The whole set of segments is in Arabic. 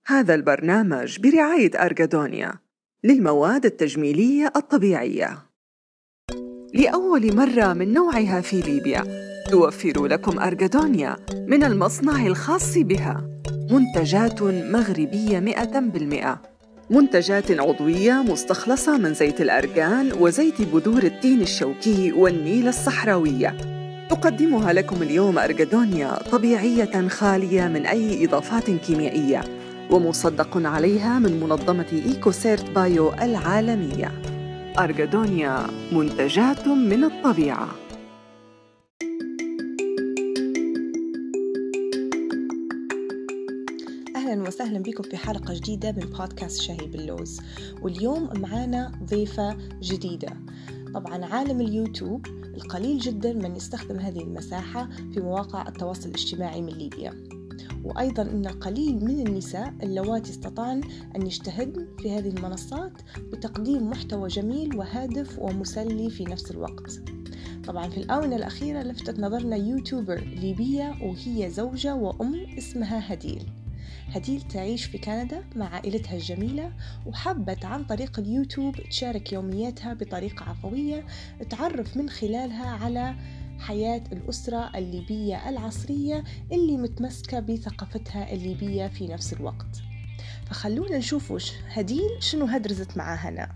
هذا البرنامج برعاية أرغادونيا للمواد التجميلية الطبيعية. لأول مرة من نوعها في ليبيا توفر لكم أرغادونيا من المصنع الخاص بها منتجات مغربية 100%، منتجات عضوية مستخلصة من زيت الأرغان وزيت بذور التين الشوكي والنيلة الصحراوية. تقدمها لكم اليوم أرغادونيا طبيعية خالية من أي إضافات كيميائية، ومصدق عليها من منظمة إيكوسيرت بايو العالمية. أرغادونيا، منتجات من الطبيعة. أهلا وسهلا بكم في حلقة جديدة من بودكاست شاهي باللوز. واليوم معانا ضيفة جديدة. طبعا عالم اليوتيوب القليل جدا من يستخدم هذه المساحة في مواقع التواصل الاجتماعي من ليبيا، وأيضا أن القليل من النساء اللواتي استطعن أن يجتهدن في هذه المنصات بتقديم محتوى جميل وهادف ومسلي في نفس الوقت. طبعا في الآونة الأخيرة لفتت نظرنا يوتيوبر ليبية وهي زوجة وأم اسمها هديل تعيش في كندا مع عائلتها الجميلة، وحبت عن طريق اليوتيوب تشارك يومياتها بطريقة عفوية تعرف من خلالها على حياة الأسرة الليبية العصرية اللي متمسكة بثقافتها الليبية في نفس الوقت. فخلونا نشوف هديل شنو هدرزت مع هنا.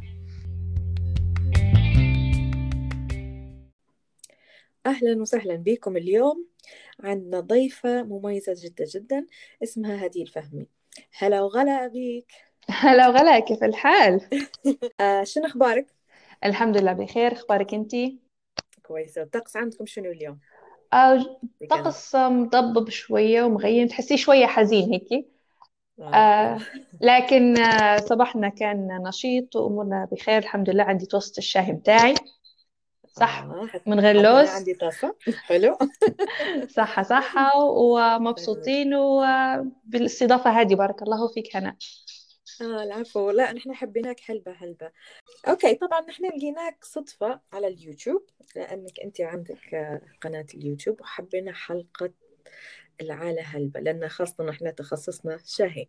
أهلا وسهلا بكم. اليوم عندنا ضيفة مميزة جدا جدا اسمها هديل فهمي. هلا وغلا بيك. هلا وغلا، كيف الحال؟ شنو أخبارك؟ الحمد لله بخير، اخبارك انتي؟ كويسة. الطقس عندكم شنو اليوم؟ طقس مضبب شوية ومغيم، تحسيه شوية حزين هيك. آه. لكن صباحنا كان نشيط وأمورنا بخير الحمد لله. عندي توست الشاي بتاعي صح من غير حتى أنا لوز. عندي طاسة. حلو. صحة ومبسوطين وبالاستضافة هذه، بارك الله فيك هنا. العفو. لا نحن حبيناك هلبة. أوكي، طبعا نحن لقيناك صدفة على اليوتيوب لأنك أنت عندك قناة اليوتيوب، وحبينا حلقة العالة هلبة لأن خاصة نحن تخصصنا شاهي.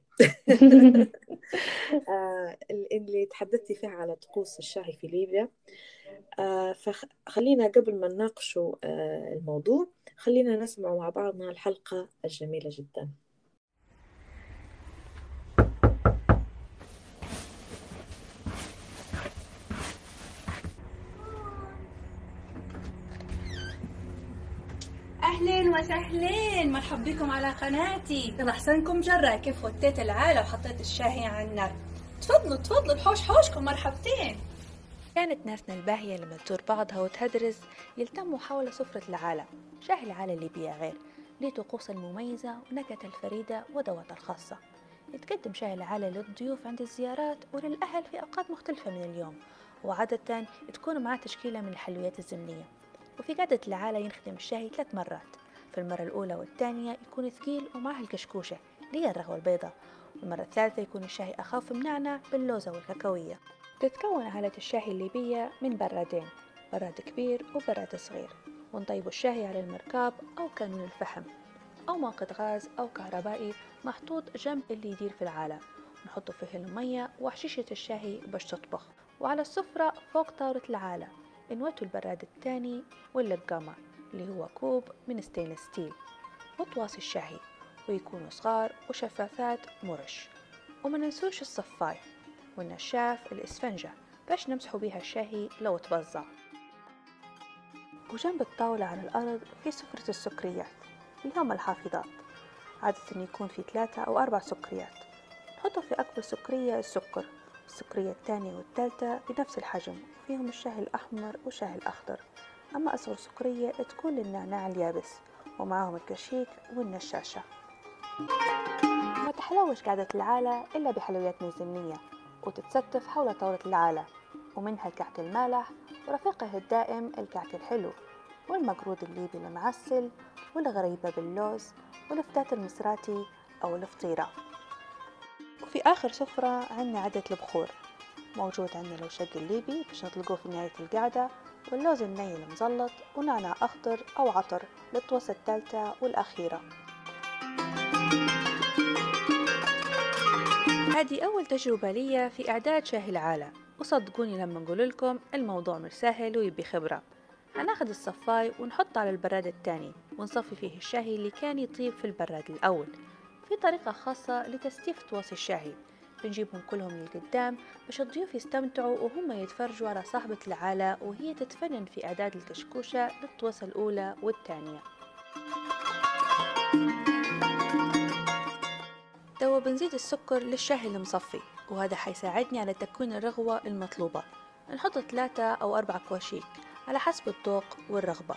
اللي تحدثتي فيها على طقوس الشاهي في ليبيا. فخلينا قبل ما نناقشوا الموضوع، خلينا نسمع مع بعضنا الحلقة الجميلة جدا. أهلين وسهلين، مرحب بكم على قناتي. أنا أحسنكم جرة كيف وطيت العالة وحطيت الشاهي على النار. تفضلوا بحوشكم، مرحبتين. كانت ناسنا الباهية لما تزور بعضها وتهدرز يلتموا حول سفرة العالة. شاهي العالة الليبية غير، ليه طقوس المميزة ونكهة الفريدة ودوات الخاصة. يتقدم شاهي العالة للضيوف عند الزيارات وللأهل في أوقات مختلفة من اليوم، وعادة تكون معاه تشكيلة من الحلويات الزمنية. وفي قعدة العالة ينخدم الشاهي 3 مرات. في المرة الأولى والثانية يكون ثقيل ومعه الكشكوشة اللي هي الرغوة البيضاء، والمرة الثالثة يكون الشاهي أخف منعنع باللوزة والكاكاوية. تتكون عالة الشاهي الليبية من برادين، براد كبير وبراد صغير، ونطيب الشاهي على المركاب أو كانون الفحم أو موقد غاز أو كهربائي محطوط جنب اللي يدير في العالة. نحط فيه المية وحشيشة الشاهي باش تطبخ. وعلى السفرة فوق طاولة العالة نوتوا البراد الثاني واللقامة اللي هو كوب من ستينلس ستيل وطواس الشاهي، ويكونوا صغار وشفافات مرش. وما ننسوش الصفاي والنشاف الإسفنجة باش نمسحوا بيها الشاهي لو تبزع. وجنب الطاولة على الأرض في سفرة السكريات اللي هم الحافظات، عادة يكون في 3 أو 4 سكريات. نحطوا في أكبر سكرية السكرية الثانية والثالثة بنفس الحجم، وفيهم الشاي الأحمر والشاي الأخضر. أما أصغر سكرية تكون للنعناع اليابس، ومعهم الكشيك والنشاشة. ما تحلوش قعدة العالة إلا بحلويات زمنية، وتتستف حول طاولة العالة، ومنها الكعك المالح ورفيقه الدائم الكعك الحلو، والمقرود الليبي المعسل، والغريبة باللوز، والفتات المصراتي أو الفطيرة. وفي آخر سفرة عندنا عدة البخور، موجود عندنا الوشق الليبي باش نطلقوه في نهاية القعدة، واللوز الني المزلط، ونعناع أخضر أو عطر للطوسة الثالثة والأخيرة. هذه أول تجربة لي في إعداد شاهي العالة، وصدقوني لما نقول لكم الموضوع مش سهل ويبي خبرة. هناخد الصفاي ونحطه على البراد الثاني ونصفي فيه الشاهي اللي كان يطيب في البراد الأول. في طريقة خاصة لتستيف توصي الشاهي، بنجيبهم كلهم للقدام باش الضيوف يستمتعوا وهم يتفرجوا على صاحبة العالة وهي تتفنن في إعداد الكشكوشة للطوسة الأولى والثانية. توا بنزيد السكر للشاي المصفي، وهذا حيساعدني على تكوين الرغوة المطلوبة. نحط 3 أو 4 كواشيك على حسب الذوق والرغبة.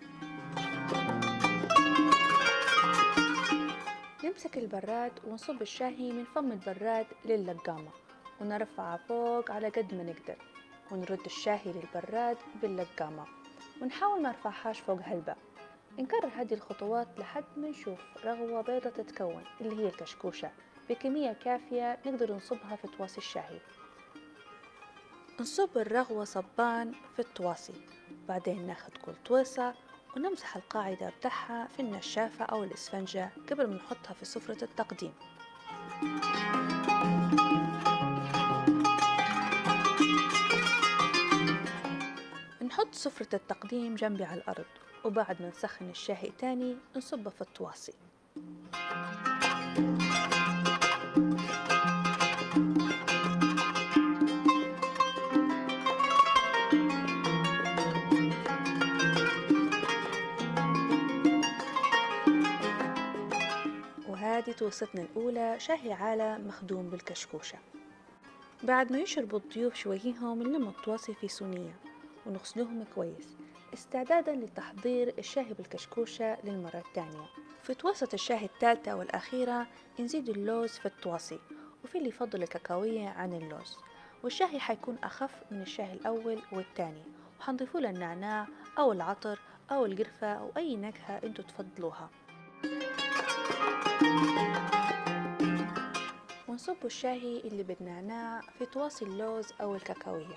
نمسك البراد ونصب الشاي من فم البراد للقامة ونرفعها فوق على قد ما نقدر، ونرد الشاي للبراد باللقامة ونحاول ما نرفعهاش فوق هلبة. نكرر هذه الخطوات لحد ما نشوف رغوة بيضة تتكون اللي هي الكشكوشة بكمية كافية نقدر نصبها في طواس الشاي. نصب الرغوة صبان في الطواسي، بعدين ناخد كل طويسة ونمسح القاعدة بتاعها في النشافة أو الإسفنجة قبل ما نحطها في سفرة التقديم. نحط سفرة التقديم جنبي على الأرض، وبعد ما نسخن الشاي تاني نصبه في الطواسي. وهذه توصتنا الأولى، شاي عالة مخدوم بالكشكوشة. بعد ما يشربوا الضيوف شويهم نلم الطواسي في صينية ونغسلوهم كويس استعدادا لتحضير الشاي بالكشكوشة للمرة الثانية. في طواسة الشاي الثالثة والأخيرة نزيد اللوز في الطواسي، وفي اللي يفضل الكاكاوية عن اللوز، والشاي حيكون أخف من الشاي الأول والثاني، وحنضيفوا له النعناع أو العطر أو القرفة أو أي نكهة أنتو تفضلوها. ونصب الشاي اللي بالنعناع في طواسي اللوز أو الكاكاوية.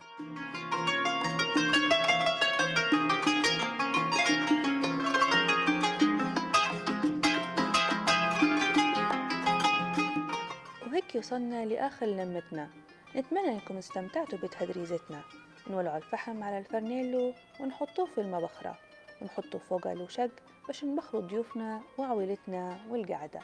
وهيك وصلنا لآخر لمتنا. نتمنى أنكم استمتعتوا بتهدريزتنا. نولع الفحم على الفرنيلو ونحطوه في المبخرة ونحطوه فوق الوشق باش نبخروا ضيوفنا وعويلتنا والقعدة.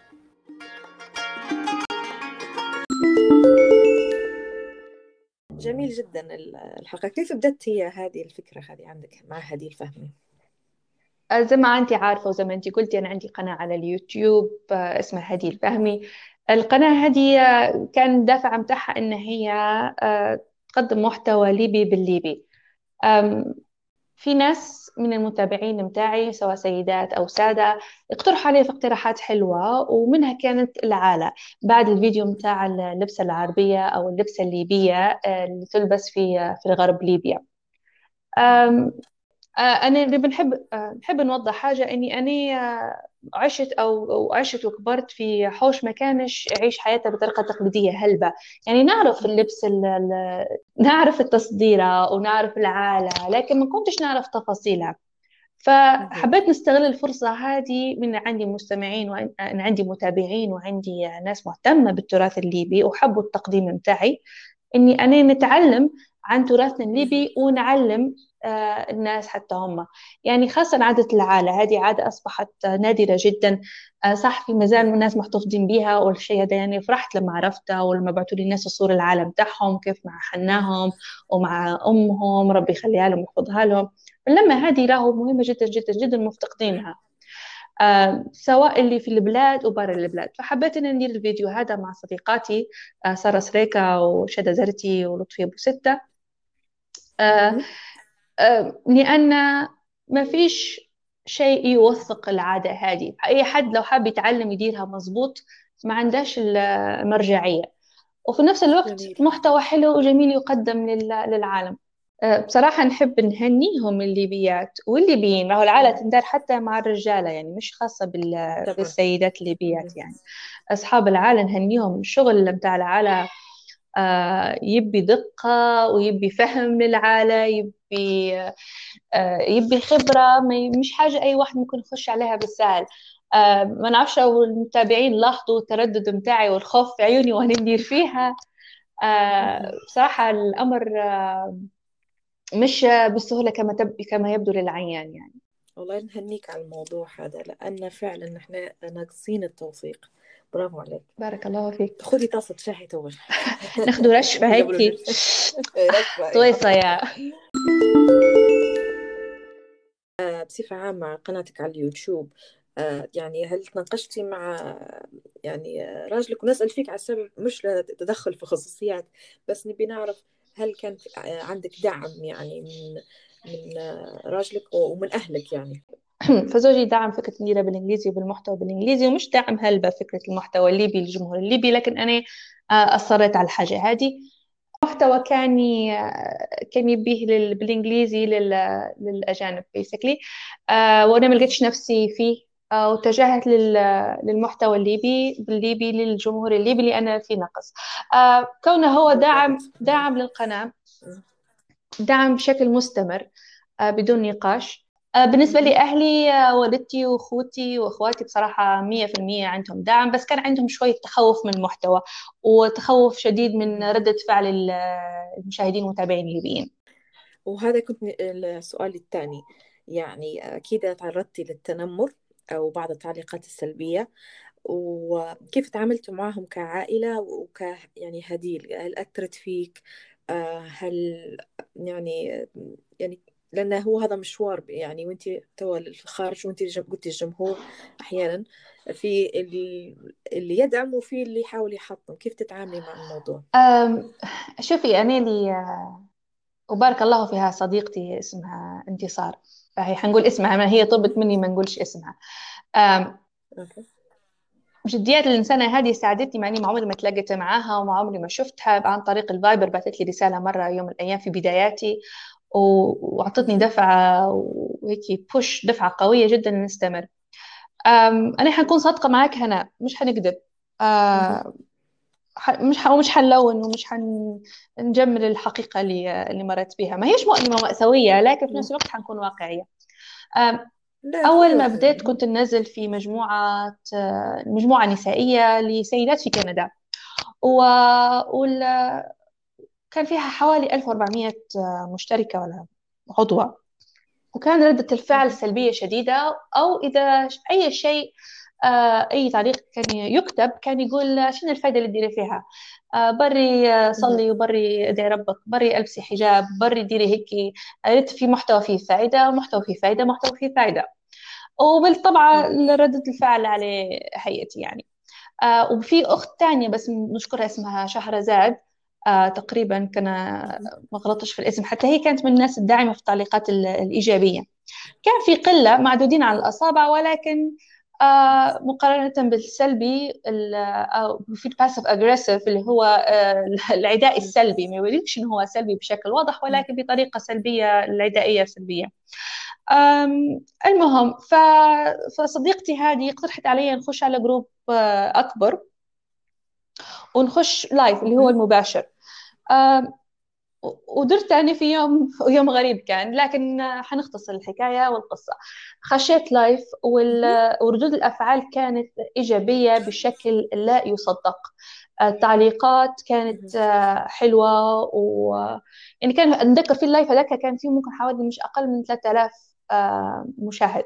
جميل جدا الحلقة. كيف بدت هي هذه الفكرة هذه عندك مع هديل الفهمي؟ زي ما أنت عارفة وزي ما أنت قلتي أنا عندي قناة على اليوتيوب اسمها هديل الفهمي. القناة هذه كان دافع متاعها إن هي تقدم محتوى ليبي بالليبي. في ناس من المتابعين متاعي سواء سيدات أو سادة اقترحوا علي في اقتراحات حلوة، ومنها كانت العالة بعد الفيديو متاع اللبسة العربية أو اللبسة الليبية اللي تلبس في الغرب ليبيا. أنا اللي بنحب نوضح حاجة إني أنا عشت وكبرت في حوش ما كانش يعيش حياته بطريقة تقليدية هلبة. يعني نعرف اللبس نعرف التصديرة ونعرف العالة، لكن ما كنتش نعرف تفاصيلها. فحبيت نستغل الفرصة هذه من عندي مستمعين وأنا عندي متابعين وعندي ناس مهتمة بالتراث الليبي وحبوا التقديم متاعي، إني أنا نتعلم عن تراثنا الليبي ونعلم الناس حتى هم. يعني خاصة عادة العالة هذه عادة أصبحت نادرة جدا. صح في مازال الناس محتفظين بها، والشيء هذا يعني فرحت لما عرفتها ولما بعثوا لي الناس الصورة العالم بتاعهم كيف مع حناهم ومع أمهم ربي يخليها لهم ويحفظها لهم. اللمة هذه راهو مهمة جدا جدا جدا مفتقدينها سواء اللي في البلاد وبرا البلاد. فحبيت أن ندير الفيديو هذا مع صديقاتي سارة سريكا وشدة زرتي ولطفية بوستة لأن ما فيش شيء يوثق العادة هذه. أي حد لو حاب يتعلم يديرها مظبوط ما عندهاش المرجعية، وفي نفس الوقت جميل. محتوى حلو وجميل يقدم للعالم. بصراحة نحب نهنيهم الليبيات والليبيين، راهو العالة تندار حتى مع الرجالة، يعني مش خاصة بالسيدات الليبيات. يعني أصحاب العالة نهنيهم. الشغل متاع العالة يبي دقة ويبي فهم للعالة، يبي خبرة، مش حاجة أي واحد ممكن يخش عليها بالسهل. ما نعرفش لو المتابعين لاحظوا التردد متاعي والخوف في عيوني وأنا ندير فيها. بصراحة الأمر مش بالسهولة كما يبدو للعيان يعني. والله نهنيك على الموضوع هذا، لأن فعلا احنا ناقصين التوثيق. برافو عليك. بارك الله فيك. خذي طاسة شاي تو. ناخدوا رشفة قبل هيك رشفة، أيوة. طويصة يا بصفة عامة قناتك على اليوتيوب، يعني هل تناقشتي مع يعني راجلك؟ ونسأل فيك على السبب مش لتدخل في خصوصيات، بس نبي نعرف هل كان عندك دعم يعني من راجلك ومن أهلك يعني؟ فزوجي دعم فكرة النديرة بالإنجليزي وبالمحتوى بالإنجليزي، ومش دعم هلبة فكرة المحتوى الليبي للجمهور الليبي، لكن أنا أصريت على الحاجة هذه. محتوى كان يبيه بالإنجليزي للأجانب basically. وأنا ما لقيتش نفسي فيه، واتجهت للمحتوى الليبي بالليبي للجمهور الليبي لأن في نقص. كونه هو بالضبط. دعم للقناة، دعم بشكل مستمر بدون نقاش. بالنسبة لي أهلي، والدتي وأخوتي وأخواتي بصراحة 100% عندهم دعم، بس كان عندهم شوية تخوف من المحتوى وتخوف شديد من ردة فعل المشاهدين والمتابعين الليبيين. وهذا كنت السؤال الثاني، يعني أكيد تعرضتي للتنمر أو بعض التعليقات السلبية، وكيف تعاملتوا معهم كعائلة يعني هديل؟ هل أثرت فيك؟ هل يعني لأن هو هذا مشوار يعني، وانت توا الخارج، وانت قلتي الجمهور أحيانا في اللي يدعم وفي اللي يحاول يحطم، كيف تتعاملي مع الموضوع؟ شوفي أنا لي وبارك الله فيها صديقتي اسمها انتصار، فهي حنقول اسمها، ما هي طلبت مني ما نقولش اسمها. أوكي. جديات الإنسانة هذه ساعدتني، مع إني ما عمري ما تلاقيت معاها وما عمري ما شفتها، عن طريق الفايبر بعثت لي رسالة مرة يوم من الأيام في بداياتي، وأعطتني دفعة وهيك بوش، دفعة قوية جدا نستمر. أنا حنكون صادقة معاك هنا، مش حنكذب. مش حنلون ومش حنجمل الحقيقة اللي مرت بها، ما هيش مؤلمة مأساوية، لكن في نفس الوقت حنكون واقعية. لا، أول كله ما بديت كنت ننزل في مجموعة نسائية لسيدات في كندا، كان فيها حوالي 1400 مشتركة ولا عضوة، وكان ردة الفعل سلبية شديدة. أو إذا أي شيء، أي تعليق كان يكتب كان يقول شنو الفائدة اللي تديري فيها؟ بري صلي وبري ادعي ربك، بري البسي حجاب، بري ديري هيك. قلت في محتوى فيه فائدة، محتوى فيه فائدة، محتوى فيه فائدة. وبالطبع ردة الفعل على هيئتي يعني. وفي أخت تانية بس نشكرها اسمها شهرزاد، تقريبا كان ما غلطش في الاسم، حتى هي كانت من الناس الداعمة في التعليقات الإيجابية. كان في قلة معدودين على الأصابع، ولكن مقارنة بالسلبي، أو في الباسيف أجريسيف اللي هو العداء السلبي، ما يوريكش إنه هو سلبي بشكل واضح، ولكن بطريقة سلبية، العدائية سلبية. المهم فصديقتي هذه اقترحت علي نخش على جروب أكبر ونخش لايف اللي هو المباشر. ودرت أنا في يوم غريب كان، لكن حنختصر الحكاية والقصة. خشيت لايف وردود الأفعال كانت إيجابية بشكل لا يصدق. التعليقات كانت حلوة، يعني كان أتذكر في اللايف هذاك كان فيه ممكن حوالي مش أقل من 3000 مشاهد.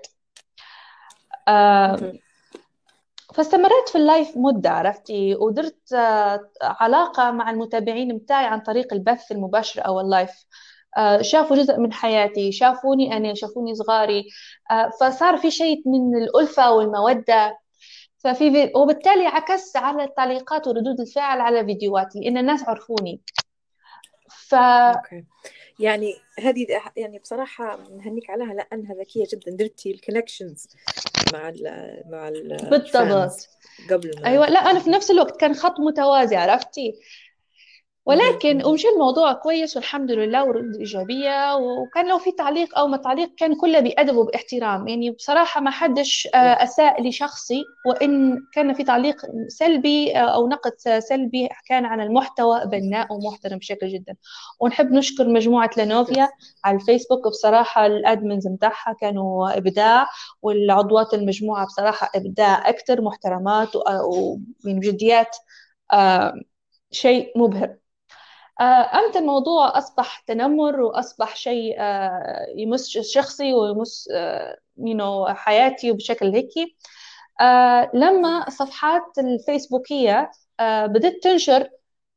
فاستمريت في اللايف مدة، عرفتي، ودرت علاقة مع المتابعين متاعي عن طريق البث المباشر أو اللايف. شافوا جزء من حياتي، شافوني أنا، شافوني صغاري. فصار في شيء من الألفة والمودة. وبالتالي عكس على التعليقات وردود الفعل على فيديوهاتي لأن الناس عرفوني. أوكي. يعني هذه يعني بصراحة نهنيك عليها، لأنها ذكية جدا، درتي الكونكشنز مع بالضبط. الفانز قبل ما. أيوة، لا أنا في نفس الوقت كان خط متوازي، عرفتي. ولكن ومشي الموضوع كويس والحمد لله ورد إيجابية، وكان لو في تعليق أو ما تعليق كان كله بأدب وباحترام. يعني بصراحة ما حدش أساء لشخصي، وإن كان في تعليق سلبي أو نقد سلبي كان عن المحتوى بناء ومحترم بشكل جدا. ونحب نشكر مجموعة لانوفيا على الفيسبوك، بصراحة الأدمنز متاعها كانوا إبداع، والعضوات المجموعة بصراحة إبداع أكثر، محترمات ومن جديات شيء مبهر. أمتى الموضوع أصبح تنمر وأصبح شيء يمس شخصي ويمس حياتي وبشكل هيك، لما صفحات الفيسبوكية بدأت تنشر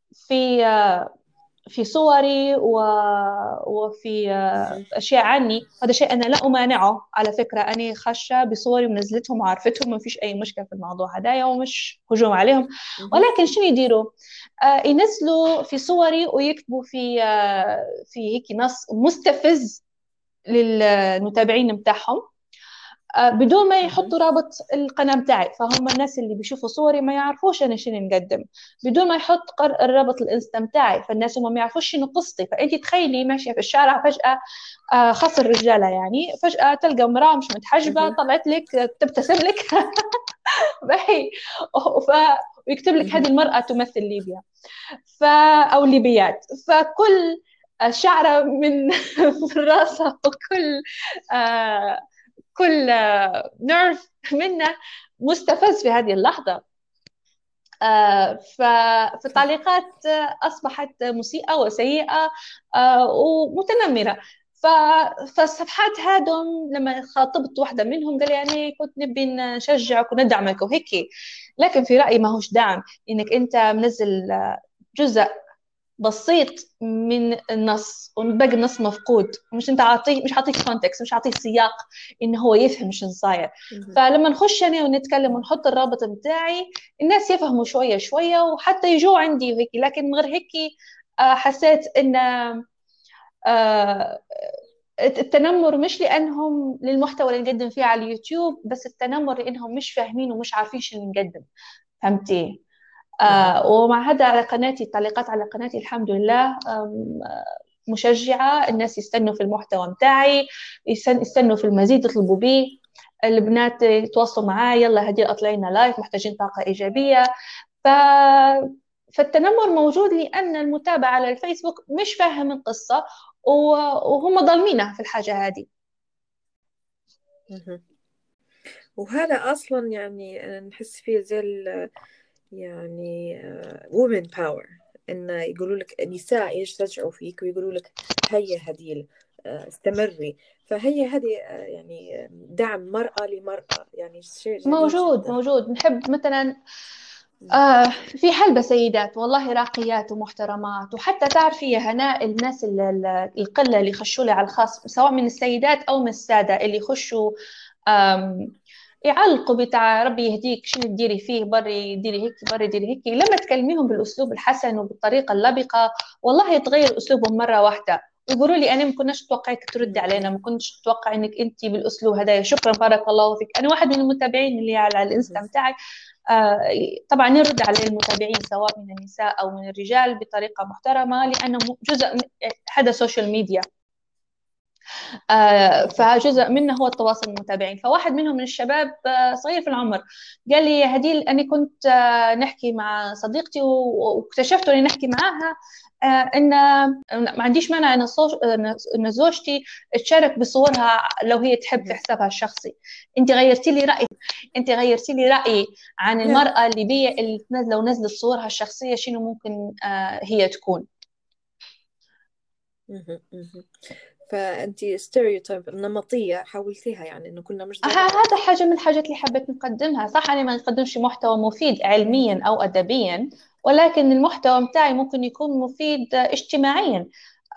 في صوري وفي أشياء عني. هذا شيء أنا لا أمانعه على فكرة، أنا خاشة بصوري ونزلتهم وعرفتهم، ما فيش أي مشكلة في الموضوع هدايا ومش هجوم عليهم. ولكن شنو يديروا؟ ينزلوا في صوري ويكتبوا في هيك نص مستفز للمتابعين متاعهم بدون ما يحطوا رابط القناة متاعي. فهم الناس اللي بيشوفوا صوري ما يعرفوش أنا شنو نقدم، بدون ما يحط الرابط الانستا متاعي، فالناس هم ما يعرفوش شنو قصتي. فأنت تخيلي ماشية في الشارع فجأة خاصة الرجالة، يعني فجأة تلقى امرأة مش متحجبة طلعت لك تبتسم لك بحي ويكتب لك هذه المرأة تمثل ليبيا أو ليبيات، فكل شعرة من راسها وكل كل نيرف منه مستفز في هذه اللحظة. فالتعليقات أصبحت مسيئة وسيئة ومتنمرة. فالصفحات هادم لما خاطبت واحدة منهم قال يعني كنت نبي نشجعك وندعمك وهيك، لكن في رأيي ما هوش دعم، إنك أنت منزل جزء بسيط من النص والباقي النص مفقود، مش انت مش عاطيه كونتكست، مش عاطيه سياق انه هو يفهم شنو صاير. فلما نخش انا ونتكلم ونحط الرابط بتاعي الناس يفهموا شويه شويه وحتى يجوا عندي وهيك. لكن من غير هيك حسيت ان التنمر مش لانهم للمحتوى اللي نقدم فيه على اليوتيوب بس، التنمر لانهم مش فاهمين ومش عارفين شنو نقدم. فهمتي؟ ومع هذا على قناتي التعليقات على قناتي الحمد لله مشجعة، الناس يستنوا في المحتوى متاعي، يستنوا في المزيد، يطلبوا بي، البنات يتواصلوا معاي يلا هدي اطلعينا لايف محتاجين طاقة إيجابية. فالتنمر موجود لأن المتابع على الفيسبوك مش فاهم القصة وهم ظالمينها في الحاجة هذه. وهذا أصلا يعني نحس فيه زي يعني women power، إن يقولوا لك نساء يشجعوا فيك ويقولوا لك هيا هديل استمري. فهي هذه يعني دعم مرأة لمرأة، يعني شيء جميل موجود جدا. موجود. نحب مثلا في حلبة سيدات والله راقيات ومحترمات، وحتى تعرفي يا هناء الناس القلة اللي يخشوا لي على الخاص سواء من السيدات أو من السادة اللي يخشوا يعلقوا بتاع ربي يهديك شنو تديري فيه، بري ديري هيك بري ديري هيك. لما تكلميهم بالأسلوب الحسن وبالطريقة اللبقة والله يتغير أسلوبهم مرة واحدة، ويقولوا لي أنا ما كناش أتوقعك تردي علينا، ما كنتش أتوقع إنك أنت بالأسلوب هذا، شكرا بارك الله فيك. أنا واحد من المتابعين اللي على الإنستا متاعي طبعا نرد على المتابعين سواء من النساء أو من الرجال بطريقة محترمة لأنه جزء من هذا السوشيال ميديا، فجزء منه هو التواصل مع المتابعين. فواحد منهم من الشباب صغير في العمر قال لي هديل أنا كنت نحكي مع صديقتي واكتشفت أني نحكي معاها إن ما عنديش مانع إن زوجتي تشارك بصورها لو هي تحب في حسابها الشخصي. أنت غيرتي لي رأيي عن المرأة الليبية اللي لو نزلت صورها الشخصية شنو ممكن هي تكون. فأنتي ستيريوتايب النمطية حاولتيها، يعني إنه كنا مش هذا حاجة من الحاجات اللي حبيت نقدمها. صح أنا ما نقدمش محتوى مفيد علميا أو أدبيا، ولكن المحتوى متاعي ممكن يكون مفيد اجتماعيا.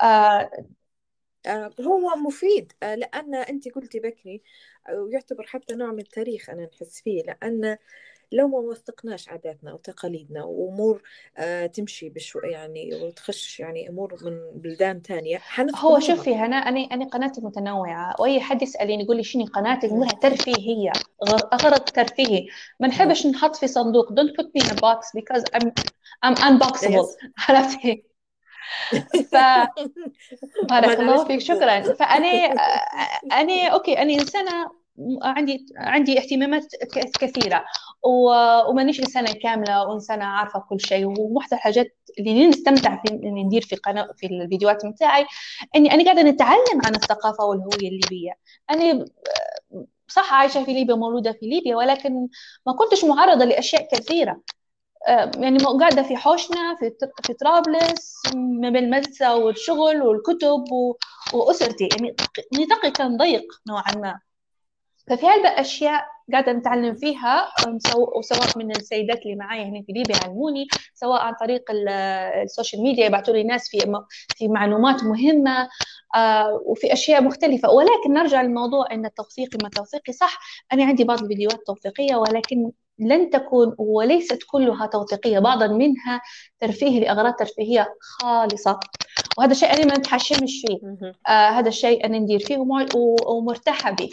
هو مفيد لأن أنت قلتي بكري ويعتبر حتى نوع من التاريخ أنا نحس فيه، لأن لو ما وثقناش عاداتنا وتقاليدنا وأمور تمشي يعني وتخش يعني أمور من بلدان تانية هو شوفي هنا أنا قناتي متنوعة، وأي حد يسألني يقول لي شنو قناتك نقول ترفيهية، غرض ترفيهي، ما نحبش نحط في صندوق. don't put me in a box because I'm unboxable. عرفتي؟ ف ما بارك الله نعرفش فيك، نطبخ. شكرا. فأنا أوكي، أنا إنسانة عندي اهتمامات كثيرة، ومانيش إنسانة كاملة وإنسانة عارفة كل شيء. وواحدة الحاجات اللي نستمتع في إني ندير في قناة في الفيديوهات متاعي، إني أنا قاعدة نتعلم عن الثقافة والهوية الليبية. أنا صح عايشة في ليبيا، مولودة في ليبيا، ولكن ما كنتش معرضة لأشياء كثيرة. يعني قاعدة في حوشنا في طرابلس، ما بين المدرسة والشغل والكتب وأسرتي. يعني نطاقي كان ضيق نوعا ما. ففي أشياء قاعدة نتعلم فيها، وسواء من السيدات اللي معايا هنا في ليبيا يعلموني، سواء عن طريق السوشيال ميديا، يبعثوا لي ناس في معلومات مهمة، وفي أشياء مختلفة. ولكن نرجع للموضوع أن التوثيقي ما توثيقي، صح. أنا عندي بعض الفيديوهات توثيقية، ولكن لن تكون وليست كلها توثيقية، بعضا منها ترفيه لأغراض ترفيهية خالصة. وهذا الشيء أنا ما نتحشمش فيه. هذا الشيء أنا ندير فيه ومرتاحة به.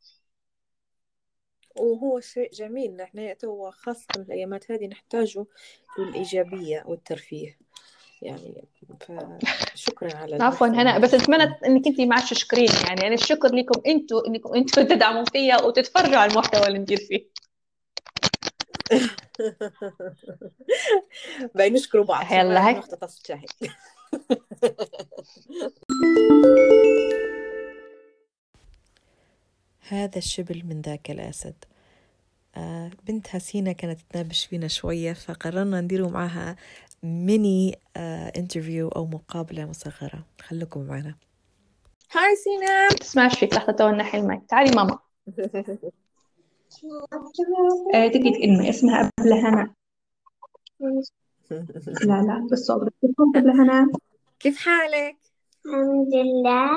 وهو شيء جميل. نحن تو خاصة الأيامات هذه نحتاجه للإيجابية والترفيه يعني. فشكرا على عفوا المحتوى هنا، هذا، بس اتمنى شكرا. انك انت ما عادش تشكريني. يعني انا الشكر لكم انتوا تدعموا فيا وتتفرجوا على المحتوى اللي ندير فيه. باي نشكروا بعض. شكرا يلا على هاي. نقطة طاس الشاي. هذا الشبل من ذاك الأسد. بنتها سينا كانت تنابش فينا شوية، فقررنا نديروا معها ميني انترفيو أو مقابلة مصغرة. خليكم معنا. هاي سينا. تسمعش فيك لحظة، تو نحي المايك. تعالي ماما. تقي كلمة اسمها قبل هنا. لا لا بالصوت، بس قبل هنا. كيف حالك؟ الحمد لله.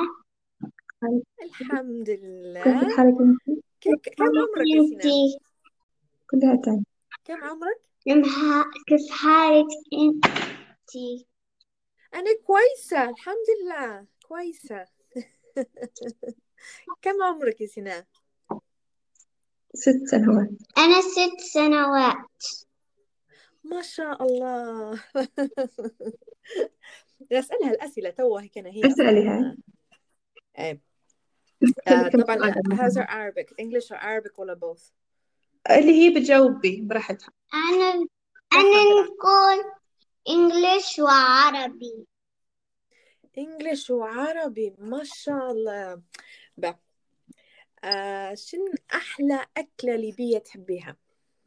الحمد كيف لله. حالك انت؟ كم عمرك يا سينا؟ انتي كلها تاني. كم عمرك؟ كيف حالك انتي؟ أنا كويسة الحمد لله، كويسة. كم عمرك يا سينا؟ 6 سنوات. أنا 6 سنوات. ما شاء الله. أسألها الأسئلة توه كان هي اسألي هاي. أصلا. إيه. كم طبعا سؤال قبل how's هنا؟ your Arabic? English or Arabic ولا both؟ اللي هي بتجاوبي براحتها. أنا تفهم بالعربي. نقول إنجليش وعربي. English وعربي ما شاء الله. بقى شن أحلى أكلة ليبية تحبيها؟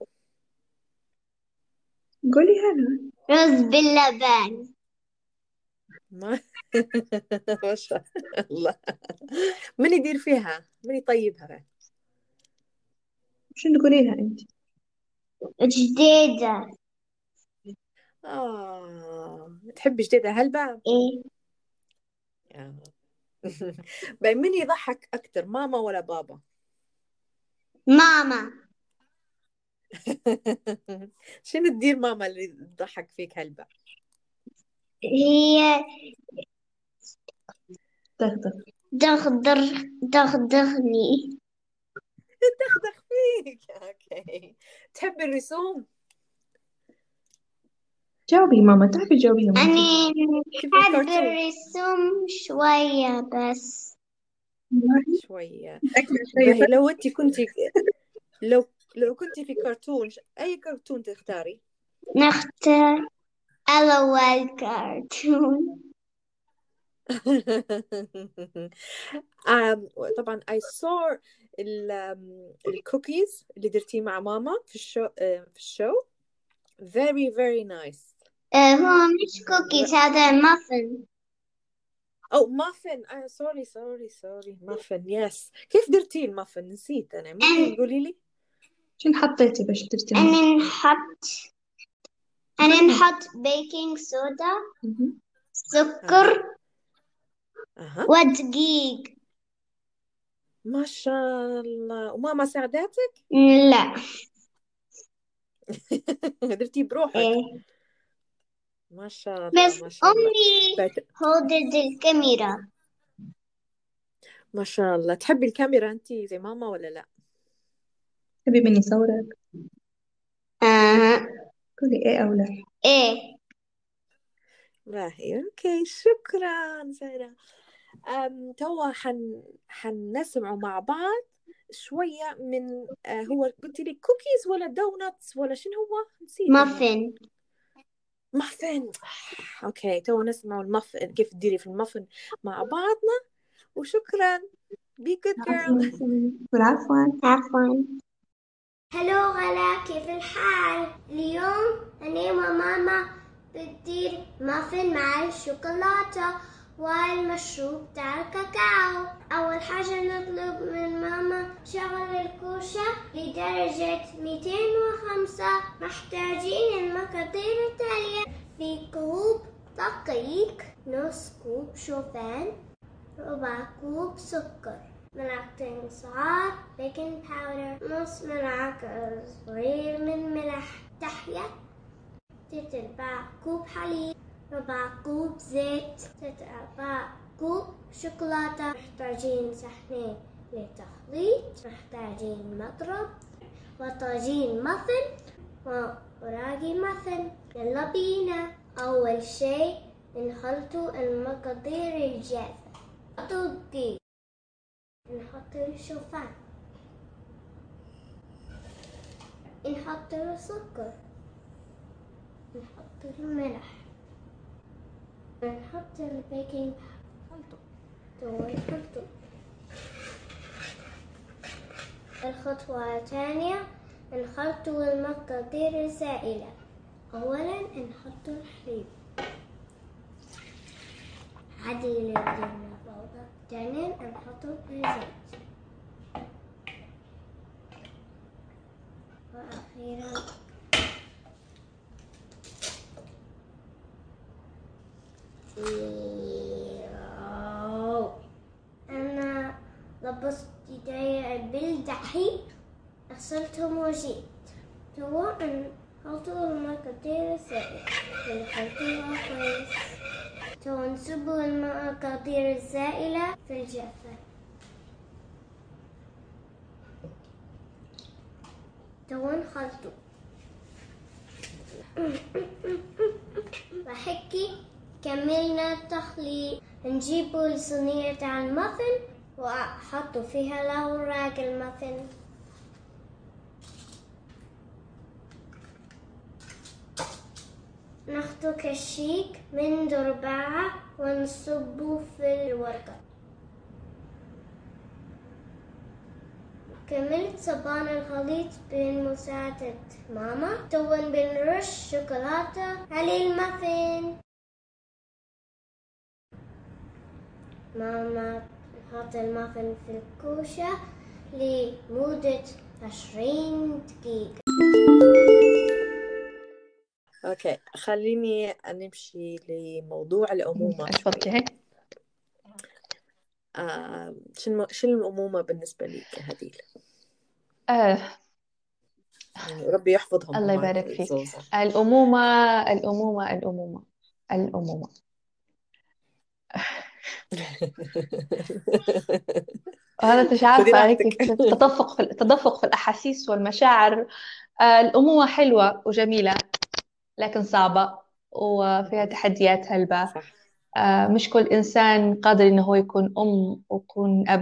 قولي هنا. رز باللبن. ما ما شاء الله. من يدير فيها؟ من يطيبها؟ شو تقوليها انت؟ جديدة. تحبي جديدة هلبة؟ إيه. بقى من يضحك أكتر، ماما ولا بابا؟ ماما. شنو تدير ماما اللي تضحك فيك هلبة؟ هي دغدغ. دغدغني. تخدخ فيك. اوكي. تحبي الرسوم؟ جاوبي ماما، تعرفي تجاوبيها ماما. أنا كيف أحب الكرتون؟ الرسوم شوية بس. شوية. أكثر باهي شيء. لو انت كنتي لو كنتي في كرتون، اي كرتون تختاري؟ نختار أول كرتون. طبعا I saw الكوكيز اللي درتيه مع ماما في الشو very very nice. هو مش كوكيز، هذا مافن. أو مافن. سوري مافن. يس. كيف درتي المافن؟ نسيت أنا. ممكن تقولي لي؟ شو حطيتي باش ترتي؟ أنا نحط بيكنج صودا، سكر، ودقيق. ما شاء الله. وماما ساعدتك؟ لا. درتي بروحك. إيه. ما شاء الله بس ما شاء الله. أمي هودت الكاميرا. ما شاء الله. تحبي الكاميرا أنت زي ماما ولا لا؟ تبي مني صورك؟ آه. قولي ايه او لا. إيه. باهي أوكي، شكرا سارة. توا حنسمعوا مع بعض شوية من هو قلت لي كوكيز ولا دونتس ولا شنو هو، نسيت أنا. مافن. مافن. أوكي، توا نسمعوا المافن كيف تديري في المافن مع بعضنا. وشكرا. be good girl. عفوا. هلو غلا، كيف الحال؟ اليوم أنا وماما بتدير مافن مع الشوكولاتة والمشروب تاع الكاكاو. أول حاجة نطلب من ماما شغل الكوشة لدرجة 205. محتاجين المقادير التالية: في كوب دقيق، نص كوب شوفان، ربع كوب سكر، ملعقتين صغار بيكنج باودر، نص ملعقة صغير من ملح، تحية، 3/4 كوب حليب، ربع كوب زيت، 3/4 كوب شوكولاتة. محتاجين صحنين للتخليط، محتاجين مضرب وطاجين مافن ووراقي مافن. يلا بينا. أول شي نخلطوا المقادير الجافة. نحط الدقيق، نحط الشوفان، نحط السكر، نحط الملح، نحط البيكنج باودر. الخطوة الثانية نخلط المقادير السائلة. أولا نحط الحليب، عدل الجبنة فوق، ثانيا نحط الزيت، وأخيرا أنا لبست يدي بالدحي، غسلتهم وجيت. توا نحط المقادير السائلة ونخلطوها كويس. توا نصب المقادير السائلة في الجافة. توا نخلطو. وهيك كملنا التخليط. نجيبو الصينية تاع المافن وأحطو فيها الأوراق المافن. ناخدو كشيك من دربعة ونصبو في الورقة. كملت صبان الخليط بمساعدة ماما. توا بنرش شوكولاتة على المافن. ماما نحط المافن في الكوشة لمدة 20 دقيقة. أوكي، خليني نمشي لموضوع الأمومة. تفضلي. شنو الأمومة بالنسبة لك هديل؟ يعني ربي يحفظهم. الله هم يبارك فيك. الزوجة. الأمومة الأمومة الأمومة الأمومة وهذا مش خذي عارفة هيك راحتك. تدفق في الأحاسيس والمشاعر. الأمومة حلوة وجميلة لكن صعبة وفيها تحديات هلبة. صح. مش كل إنسان قادر إنه هو يكون أم ويكون أب.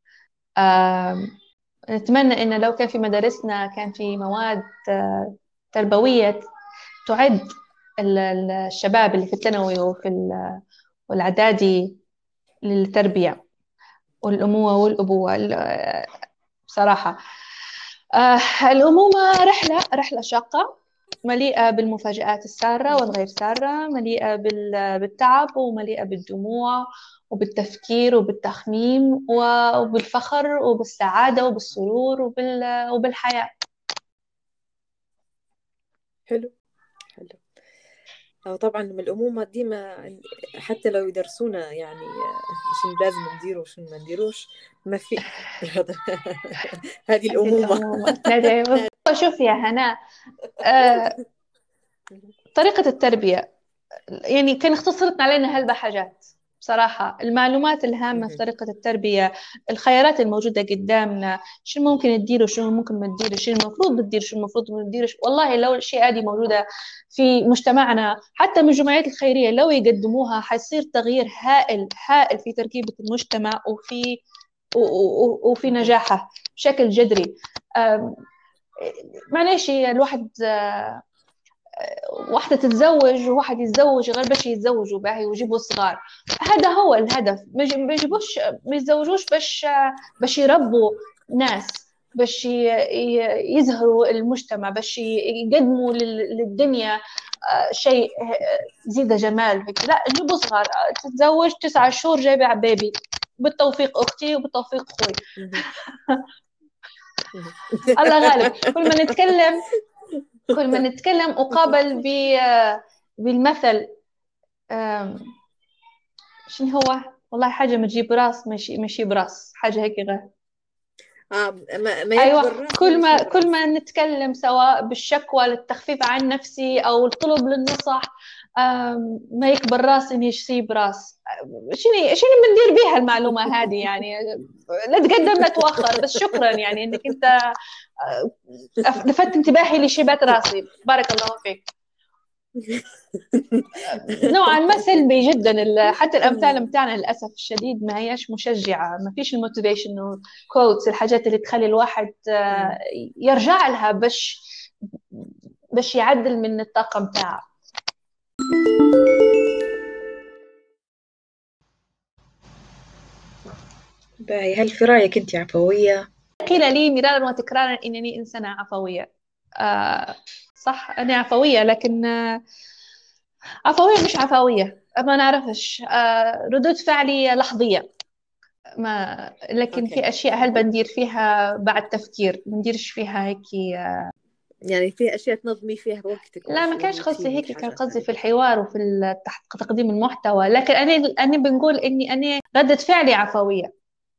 نتمنى إن لو كان في مدارسنا كان في مواد تربوية تعد الشباب اللي في الثانوي والإعدادي للتربية والأمومة والأبوة. بصراحة الأمومة رحلة شاقة مليئة بالمفاجآت السارة والغير سارة، مليئة بالتعب ومليئة بالدموع وبالتفكير وبالتخميم وبالفخر وبالسعادة وبالسرور وبالحياة. حلو. طبعا من الأمومة ديما حتى لو يدرسونا يعني شنو لازم نديرو وشنو ما نديروش، ما في. هذه الأمومة. شوف يا هناء، طريقة التربية يعني كان اختصرت علينا هلبة حاجات صراحة المعلومات الهامة في طريقة التربية، الخيارات الموجودة قدامنا، شو ممكن تديره شو ممكن ما تديره، شو المفروض تدير شو المفروض ما تديرش. والله لو الشيء هذه موجودة في مجتمعنا، حتى من الجمعيات الخيرية لو يقدموها، حيصير تغيير هائل هائل في تركيبة المجتمع وفي نجاحه بشكل جذري. معلش الواحد واحدة تتزوج وواحد يتزوج غير باش يتزوجوا باهي ويجيبوا صغار. هذا هو الهدف. ما يجيبوش ما يتزوجوش باش يربوا ناس، باش يزهروا المجتمع، باش يقدموا للدنيا شيء زيد جمال هيك. لا، جيبوا صغار. تتزوج 9 شهور جايبة بيبي، بالتوفيق أختي وبالتوفيق أخوي. الله غالب. كل ما نتكلم أقابل بالمثل شنو هو؟ والله حاجة ما تجيب راس ماشي براس، حاجة هيك غير. ما أيوة. كل ما نتكلم سواء بالشكوى للتخفيف عن نفسي أو الطلب للنصح، ما يكبر راس إني يشيب راس. شنو بندير بيها المعلومة هذه يعني؟ لا تقدم لا تؤخر، بس شكرا يعني إنك أنت لفت انتباهي لشيبات راسي. بارك الله فيك. نوعا ما سلبي جدا. حتى الأمثال متاعنا للأسف الشديد ما هياش مشجعة، ما فيش الموتيفيشن كوتس، الحاجات اللي تخلي الواحد يرجع لها باش يعدل من الطاقة متاعه. باهي، هل في رأيك أنت عفوية؟ قيل لي مرارا وتكرارا إنني إنسانة عفوية. صح، أنا عفوية، لكن عفوية مش عفوية، ما نعرفش. ردود فعلي لحظية، لكن في أشياء هل بندير فيها بعد تفكير، بنديرش فيها هيك. يعني في أشياء تنظمي فيها وقتك؟ لا، ما كانش قصدي هيك، كان قصدي في الحوار وفي تقديم المحتوى. لكن أنا بنقول إني أنا ردة فعلي عفوية.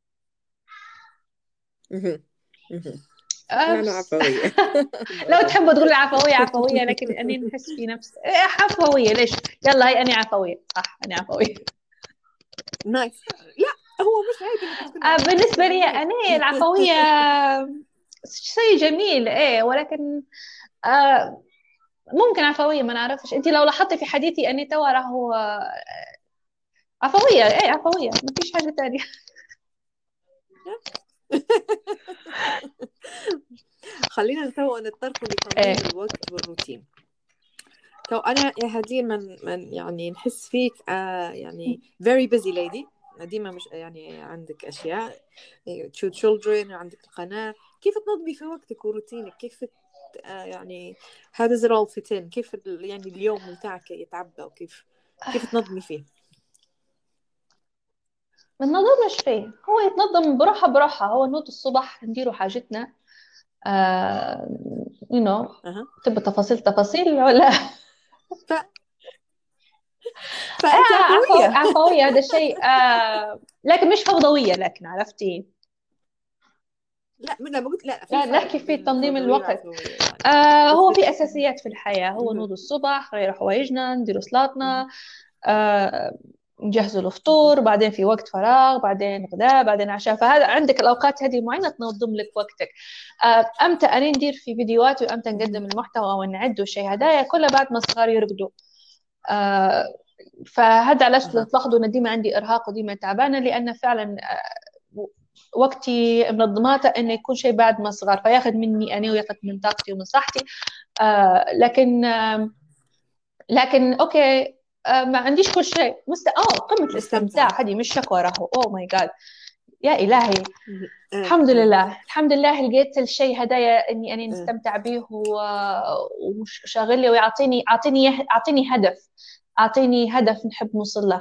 أنا عفوية. لو تحبوا تقولوا عفوية، لكن أنا نحس في نفس عفوية. ليش؟ يلا هي أنا عفوية. صح، أنا عفوية. نايس. لا، هو مش عيب. بالنسبة لي أنا العفوية شيء جميل، ولكن ممكن عفوية ما نعرفش. أنت لو لاحظتي في حديثي أني توا راهو عفوية. عفوية، ما فيش حاجة تانية. خلينا تو نتطرق لتنظيم الوقت والروتين. تو أنا يا هدير من يعني نحس فيك يعني very busy lady، ديما مش يعني عندك أشياء، two children، عندك القناة. كيف تنظمي في وقتك وروتينك؟ كيف يعني how does it all fit in؟ كيف يعني اليوم متاعك يتعبى، وكيف تنظمي فيه؟ ما ننظمش فيه، هو يتنظم بروحه. هو نوض الصبح نديروا حاجتنا. تبقى تفاصيل ولا عفوية هذا الشيء. لكن مش فوضوية، لكن عرفتي. لا ما قلت لا، لا نحكي في تنظيم الوقت. هو في أساسيات في الحياة. هو نوض الصبح، غير حوايجنا، نديروا صلاتنا، نجهزوا الفطور، بعدين في وقت فراغ، بعدين غداء، بعدين عشاء. فهذا عندك الأوقات هذه معينة تنظم لك وقتك. أمتى أنا ندير في فيديوهات، وأمتى نقدم المحتوى ونعد الشيء هذايا كله بعد ما الصغار يرقدوا. فهذا علاش تلاحظوا ان ديما عندي ارهاق وديما تعبانه، لان فعلا وقتي منظماته انه يكون شيء بعد ما صغار، فياخذ مني انا وياخذ من طاقتي ومن صحتي. لكن اوكي، ما عنديش كل شيء قمه الاستمتاع هذه مش شكوى. راهو اوه ماي جاد يا الهي، الحمد لله لقيت الشيء هدايا اني انا نستمتع به وشاغل لي ويعطيني هدف، أعطيني هدف نحب نوصل له.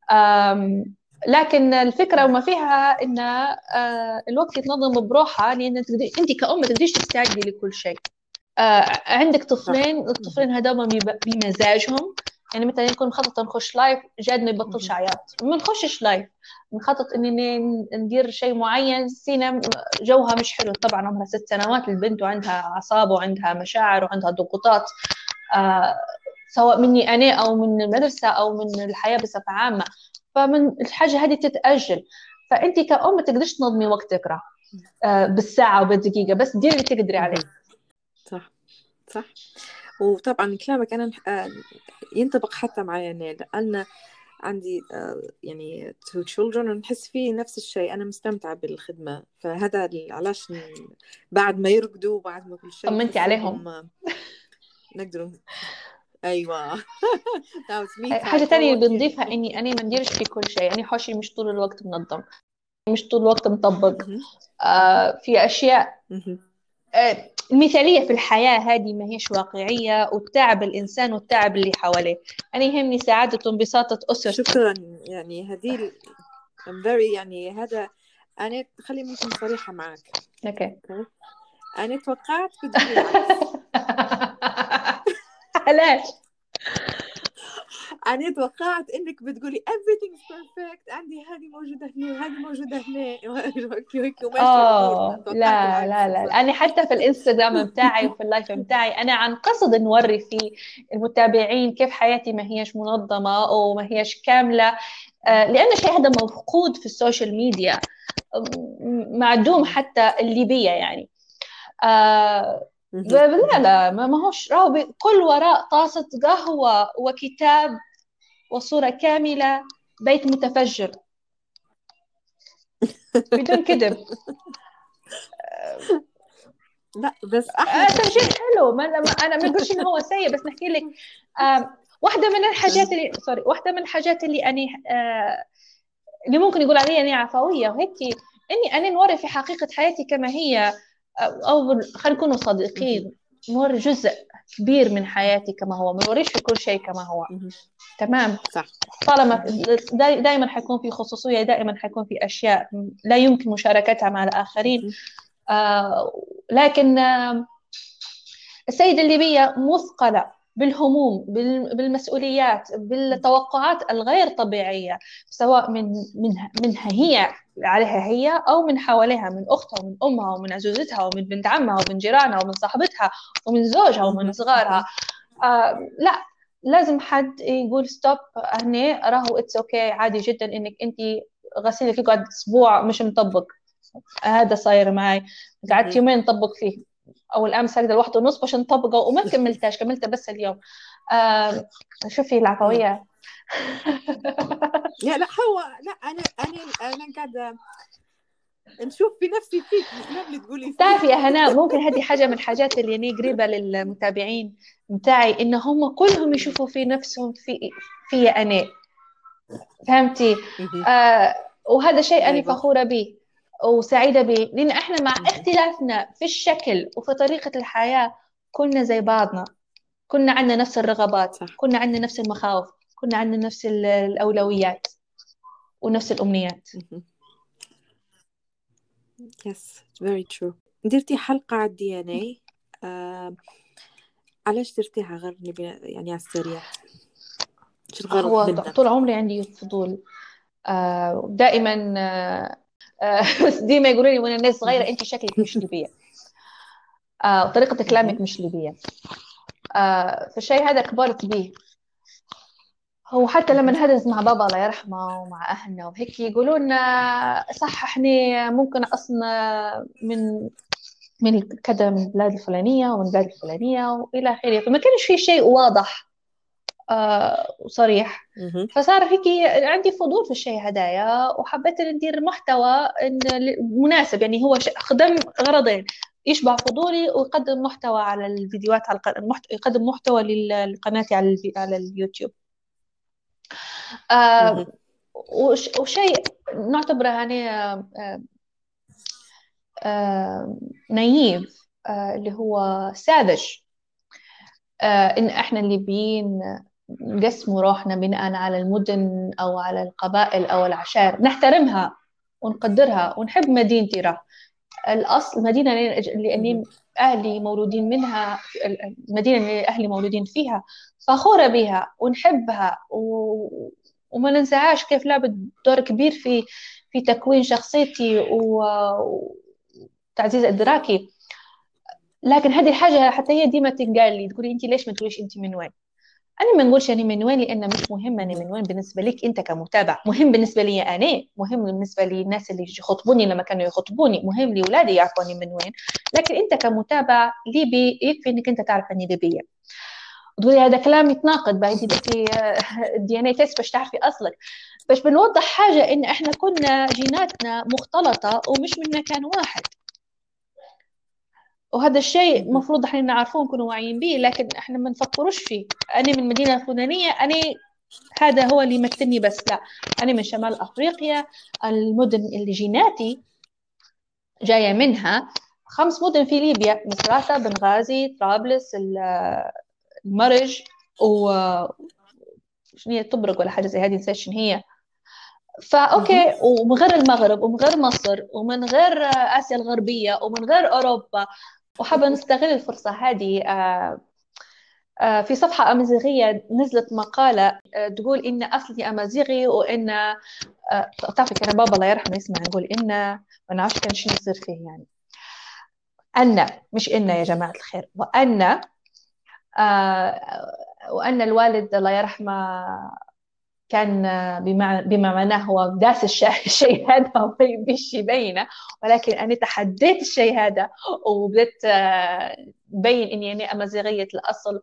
لكن الفكرة وما فيها إن الوقت يتنظم بروحه، لأن أنت كأم تقدريش تستعدي لكل شيء. عندك الطفلين هذوما بمزاجهم. يعني مثلا يكون مخطط نخش لايف، جاد ما يبطلش عياط، ما نخشش لايف. نخطط إني ندير شيء معين، سينا جوها مش حلو. طبعا عمرها 6 سنوات البنت، وعندها أعصاب وعندها مشاعر وعندها ضغوطات. سواء مني أنا أو من المدرسة أو من الحياة بصفة عامة. فمن الحاجة هذه تتأجل. فأنت كأم ما تقدرش تنظمي وقتك بالساعة وبالدقيقة، بس ديري اللي تقدري عليه. صح صح. وطبعا كلامك أنا ينطبق حتى معي أنا، لأن عندي يعني two children ونحس فيه نفس الشيء. أنا مستمتعة بالخدمة، فهذا علاش بعد ما يرقدوا بعد ما كل شيء طمنتي عليهم. نقدر. أيوة. Now it's me حاجة time. تانية forward اللي you. بنضيفها إني أنا ما نديرش في كل شيء، يعني حوشي مش طول الوقت منظم، مش طول الوقت مطبق. في أشياء المثالية في الحياة هذه ما هيش واقعية، وتعب الإنسان وتعب اللي حواليه. أنا يهمني سعادة وانبساطة أسرتي. شكرا. يعني هذه I'm very يعني هذا أنا خلي ممكن صريحة معك. أوكي. أنا توقعت بتقولي العكس. علاش؟ أنا توقعت إنك بتقولي everything is perfect، عندي هذه موجودة هنا هذه موجودة هنا وماشي أمورنا. لا لا لا، أنا حتى في الإنستغرام بتاعي وفي اللايف بتاعي أنا عن قصد نوري فيه المتابعين كيف حياتي ما هيش منظمة وما هيش كاملة، لأن الشيء هذا مفقود في السوشيال ميديا، معدوم حتى الليبية يعني. لا لا، ما هوش راهو كل وراء طاسة قهوة وكتاب وصورة كاملة بيت متفجر بدون كذب. لا بس احلى تمشي حلو. انا ما نقولش انه هو سيء، بس نحكي لك واحدة من الحاجات اللي انا اللي ممكن يقول عليها اني عفوية وهيك، اني انا نوري في حقيقة حياتي كما هي، او خلينا نكونوا صادقين، نوري جزء كبير من حياتي كما هو، ما نوريش في كل شيء كما هو. تمام. صح. طالما دائما حيكون في خصوصية، دائما حيكون في أشياء لا يمكن مشاركتها مع الآخرين. لكن السيدة الليبية مثقلة بالهموم، بالمسؤوليات، بالتوقعات الغير طبيعية، سواء منها هي عليها هي، أو من حواليها، من أختها ومن أمها ومن عزوزتها ومن بنت عمها ومن جيرانها ومن صاحبتها ومن زوجها ومن صغارها. لا، لازم حد يقول ستوب هنا، راهو اتس اوكي، عادي جدا انك انت غسيلك يقعد اسبوع مش مطبق. هذا صاير معي، قعدت يومين نطبق فيه، او الامس هكذا 1:30 باش نطبقه وما كملتها بس اليوم. شوفي العفويه. لا هو لا انا قاعده نشوف في نفسي فيك الكلام اللي تقولي فيه. تعرفي يا هناء، ممكن هذه حاجه من الحاجات اللي يعني قريبه للمتابعين متاعي، ان هم كلهم يشوفوا في نفسهم في انا، فهمتي؟ وهذا شيء انا فخوره به وسعيده به، لان احنا مع اختلافنا في الشكل وفي طريقه الحياه كنا زي بعضنا، كنا عندنا نفس الرغبات، كنا عندنا نفس المخاوف، كنا عندنا نفس الاولويات ونفس الامنيات. Yes, very true. درتي حلقة على الDNA، علاش درتيها غير يعني على السريع؟ هو طول عمري عندي فضول دائما، ديما يقولوا لي وانا الناس صغيرة انت شكلك مش ليبية، وطريقة كلامك مش ليبية. فالشيء هذا كبرت به. هو حتى لما نهدز مع بابا الله يرحمه ومع أهلنا وهيك يقولوا لنا صح احنا ممكن أصلا من كذا، من البلاد الفلانية ومن البلاد الفلانية وإلى آخره، فما كانش في شيء واضح وصريح. فصار هيك عندي فضول في الشيء هدايا، وحبيت ندير محتوى مناسب، يعني هو خدم غرضين: يشبع فضولي ويقدم محتوى على الفيديوهات، يقدم محتوى لقناتي على اليوتيوب. وشيء نعتبره يعني نايف، اللي هو ساذج، إن إحنا الليبيين نقسموا روحنا بناء على المدن أو على القبائل أو العشائر. نحترمها ونقدرها ونحب مدينتي، راه الأصل المدينة اللي أهلي مولودين منها، المدينة اللي أهلي مولودين فيها، فخورة بها ونحبها وما ننساهاش، كيف لعبت دور كبير في تكوين شخصيتي وتعزيز إدراكي. لكن هذه الحاجة حتى هي ديما تنقال لي، تقولي أنت ليش ما تقوليش أنت من وين؟ أنا ما نقولش أنا من وين لأن مش مهم أنا من وين بالنسبة لك أنت كمتابع، مهم بالنسبة لي أنا، مهم بالنسبة لي الناس اللي يخطبوني لما كانوا يخطبوني، مهم لي أولادي يعرفوني من وين. لكن أنت كمتابع ليبي يكفي أنك أنت تعرف أني ليبية. تقولي هذا كلام يتناقض، بعد بدك الدي ان اي تيست باش تعرفي اصلك. باش بنوضح حاجه ان احنا كنا جيناتنا مختلطه ومش من مكان واحد، وهذا الشيء مفروض احنا نعرفوه نكونوا واعيين به، لكن احنا ما نفكروش فيه. انا من المدينه الفلانيه، انا هذا هو اللي يمثلني، بس لا، انا من شمال افريقيا. المدن اللي جيناتي جايه منها 5 مدن في ليبيا: مصراتة، بنغازي، طرابلس، المرج، و شنو هي طبرق ولا حاجه زي هذه، نسيت شنو هي. فاوكي، ومن غير المغرب ومن غير مصر ومن غير اسيا الغربيه ومن غير اوروبا. وحابه نستغل الفرصه هذه. في صفحه امازيغيه نزلت مقاله تقول ان اصلي امازيغي، وان تعرفي كان بابا الله يرحمه يسمع يقول ان ما نعرفش كان شنو يصير فيه، يعني ان مش ان يا جماعه الخير، وان وان الوالد الله يرحمه كان بما معناه هو داس الشيء هذا وما يبيش يبينه، ولكن أنا تحديت الشيء هذا وبدأت بين إني أنا أمازيغية الأصل،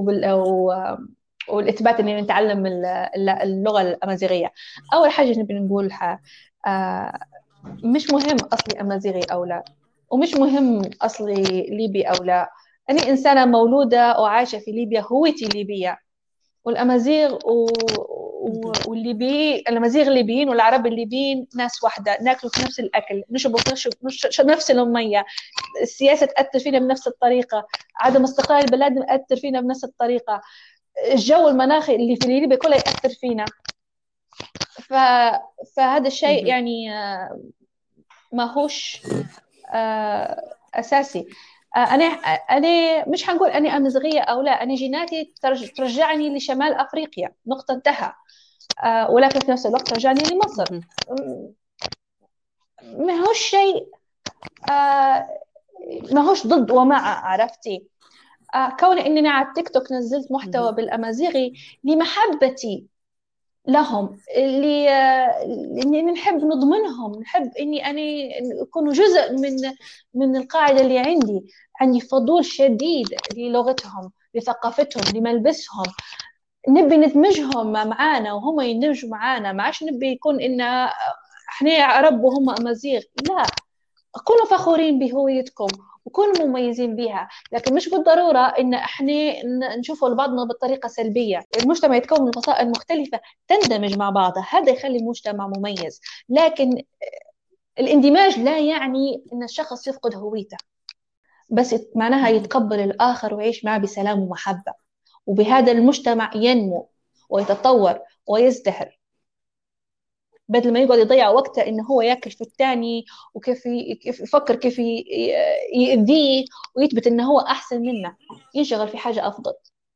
والإثبات إني نتعلم اللغة الأمازيغية. أول حاجة نبي نقولها، مش مهم أصلي أمازيغي أو لا، ومش مهم أصلي ليبي أو لا. أنا إنسانة مولودة وعايشة في ليبيا، هويتي ليبية. والأمازيغ والليبيين، الأمازيغ الليبيين والعرب الليبيين ناس واحدة، ناكل في نفس الأكل، نشرب نفس المية، السياسة تأثر فينا بنفس الطريقة، عدم استقرار البلاد يأثر فينا بنفس الطريقة، الجو المناخي اللي في ليبيا كله يأثر فينا. فهذا الشيء يعني ما هوش أساسي. أنا مش هنقول أنا أمازيغية أو لا، أنا جيناتي ترجعني لشمال أفريقيا نقطة انتهى، ولكن في نفس الوقت ترجعني لمصر. ما هوش شيء، ما هوش ضد ومع، عرفتي. كون إني على التيك توك نزلت محتوى بالأمازيغي لمحبتي لهم، اللي نحب نضمنهم، نحب إني أنا يكونوا جزء من القاعدة اللي عندي فضول شديد للغتهم، لثقافتهم، لملبسهم. نبي ندمجهم معانا وهم يندمجوا معانا، ما عادش نبي يكون إن إحنا عرب وهم أمازيغ، لا. كونوا فخورين بهويتكم وكونوا مميزين بها، لكن مش بالضرورة إن إحنا نشوفوا لبعضنا بطريقة سلبية. المجتمع يتكون من فصائل مختلفة تندمج مع بعضها، هذا يخلي المجتمع مميز. لكن الاندماج لا يعني إن الشخص يفقد هويته، بس معناها يتقبل الآخر ويعيش معه بسلام ومحبة، وبهذا المجتمع ينمو ويتطور ويزدهر، بدل ما يقعد يضيع وقته إنه هو ياكل في الثاني، وكيف يفكر كيف يأذيه ويثبت إنه هو أحسن منه، ينشغل في حاجة أفضل.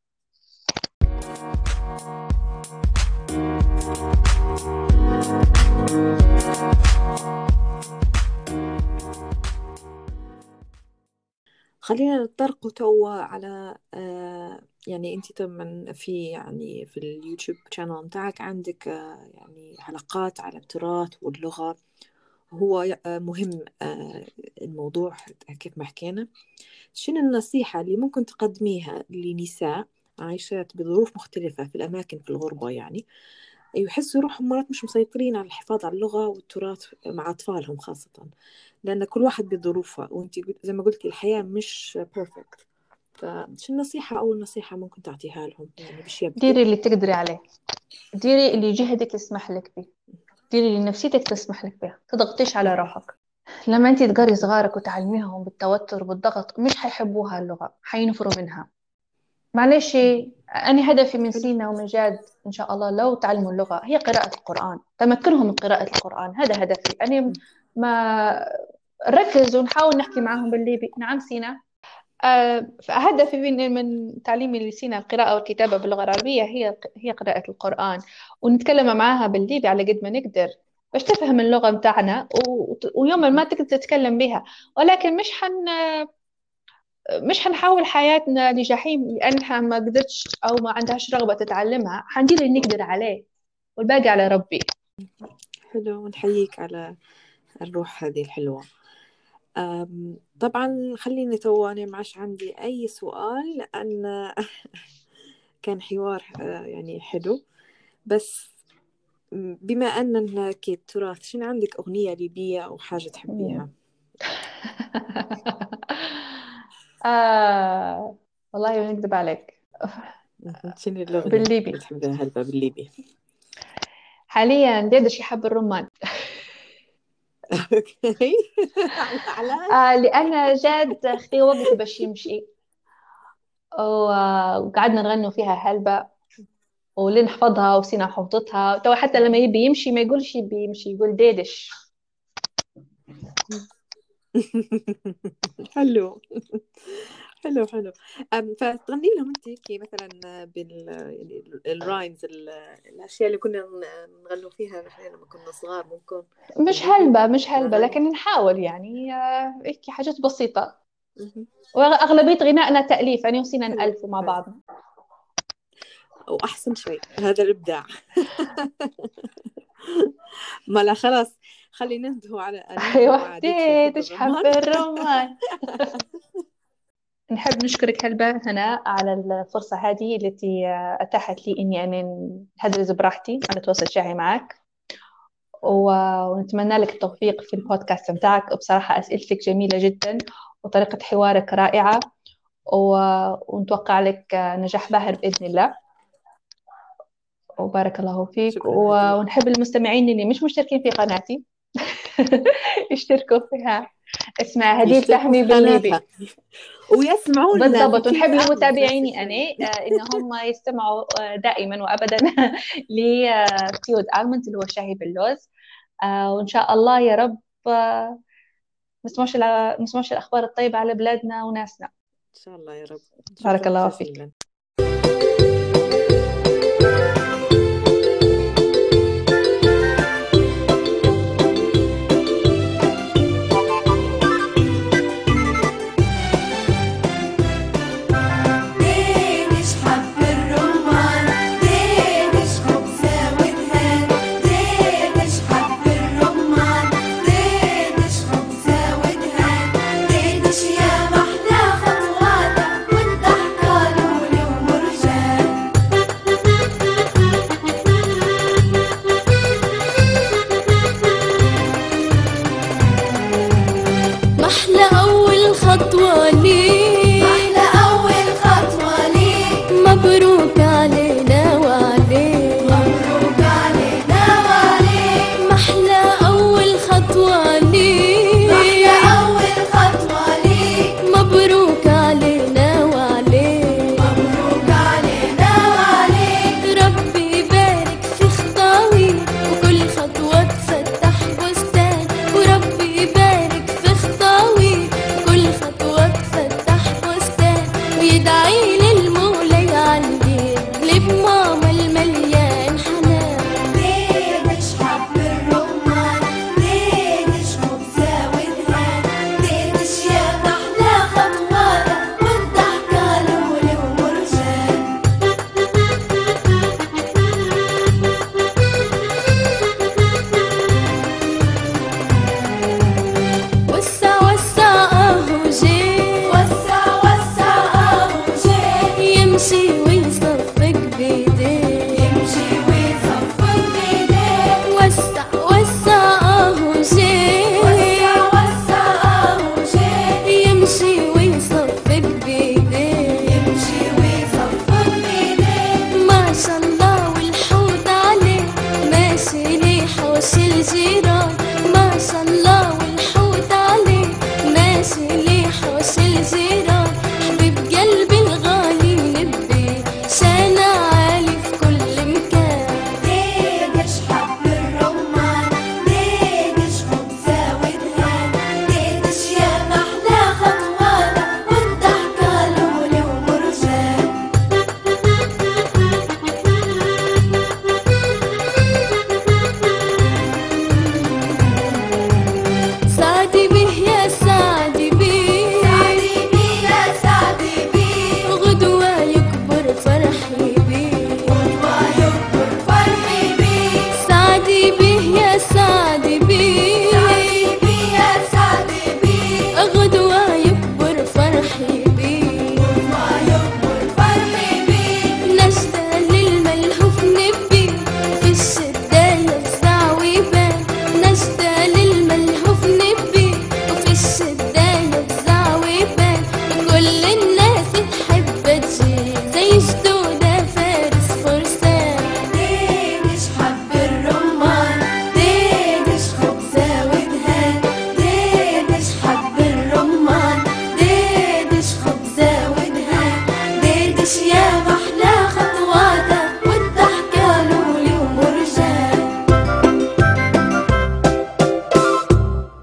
خلينا نطرق توا على يعني انت طبعا في اليوتيوب شانل متاعك عندك يعني حلقات على التراث واللغة، هو مهم الموضوع كيف ما حكينا. شنو النصيحة اللي ممكن تقدميها لنساء عايشات بظروف مختلفة في الأماكن في الغربة، يعني يحسوا روحهم مرات مش مسيطرين على الحفاظ على اللغة والتراث مع أطفالهم خاصة، لأن كل واحد بظروفه، وأنت زي ما قلتي الحياة مش بيرفكت. فشو النصيحة، أول نصيحة ممكن تعطيها لهم يعني باش يبدأ؟ ديري اللي تقدري عليه، ديري اللي جهدك يسمح لك به، ديري اللي نفسيتك تسمح لك به، تضغطيش على روحك. لما انت تقري صغارك وتعلميهم بالتوتر وبالضغط مش حيحبوها اللغة، حينفروا منها. معلش، أنا هدفي من سينا ومن جاد إن شاء الله لو تعلموا اللغة هي قراءة القرآن، تمكنهم من قراءة القرآن، هذا هدفي. أنا ما نركز ونحاول نحكي معهم بالليبي. نعم سينا، فهدفي من تعليمي لسينا القراءة والكتابة باللغة العربية هي قراءة القرآن، ونتكلم معها بالليبي على قد ما نقدر باش تفهم اللغة متاعنا، ويوم ما تقدر تتكلم بها. ولكن مش مش حنحول حياتنا لجحيم لأنها ما قدرتش أو ما عندهاش رغبة تتعلمها، حندير اللي نقدر عليه والباقي على ربي. حلو، ونحييك على الروح هذه الحلوة. طبعا خليني أنا معش عندي أي سؤال، لأن كان حوار يعني حلو. بس بما أننا أكيد تراث، شنو عندك أغنية ليبية أو حاجة تحبيها؟ والله نكذب عليك، شنو الأغنية بالليبي اللي تحبيها هلبا بالليبي؟ حاليا ديدش يحب الرمان. اوكي. علاش؟ لأن جاد خي وقت باش يمشي وقعدنا نغنوا فيها هلبة ولين حفظها وسينا حفظتها. تو حتى لما يبي يمشي ما يقولش يبي يمشي، يقول ديدش. حلو. حلو حلو. فتغني لهم انت كي مثلا يعني الرايمز، الاشياء اللي كنا نغنوا فيها نحن لما كنا صغار، ممكن مش هلبة لكن نحاول يعني هيك حاجات بسيطة. وأغلبية غنائنا تأليف يعني وسينا نألف مع بعض. وأحسن شيء هذا الإبداع. ما لا خلاص خلينا ننتهوا على أيوة ديدش حب الرمان. نحب نشكرك هلبة هنا على الفرصة هذه التي أتاحت لي إني أنا أدرس براحتي على تواصل شاعري معك، ونتمنى لك التوفيق في البودكاست متاعك. بصراحة أسئلتك جميلة جدا وطريقة حوارك رائعة، ونتوقع لك نجاح باهر بإذن الله. وبارك الله فيك. ونحب المستمعين اللي مش مشتركين في قناتي يشتركوا فيها، اسمها هديل فهمي بالليبي ويسمعون بالضبط. ونحب لمتابعيني أنا إنهم يستمعوا دائما وأبدا لفيود آلمنت اللي هو شاهي باللوز. وإن شاء الله يا رب نسمعش الأخبار الطيبة على بلادنا وناسنا إن شاء الله يا رب. بارك الله فيك. الجيران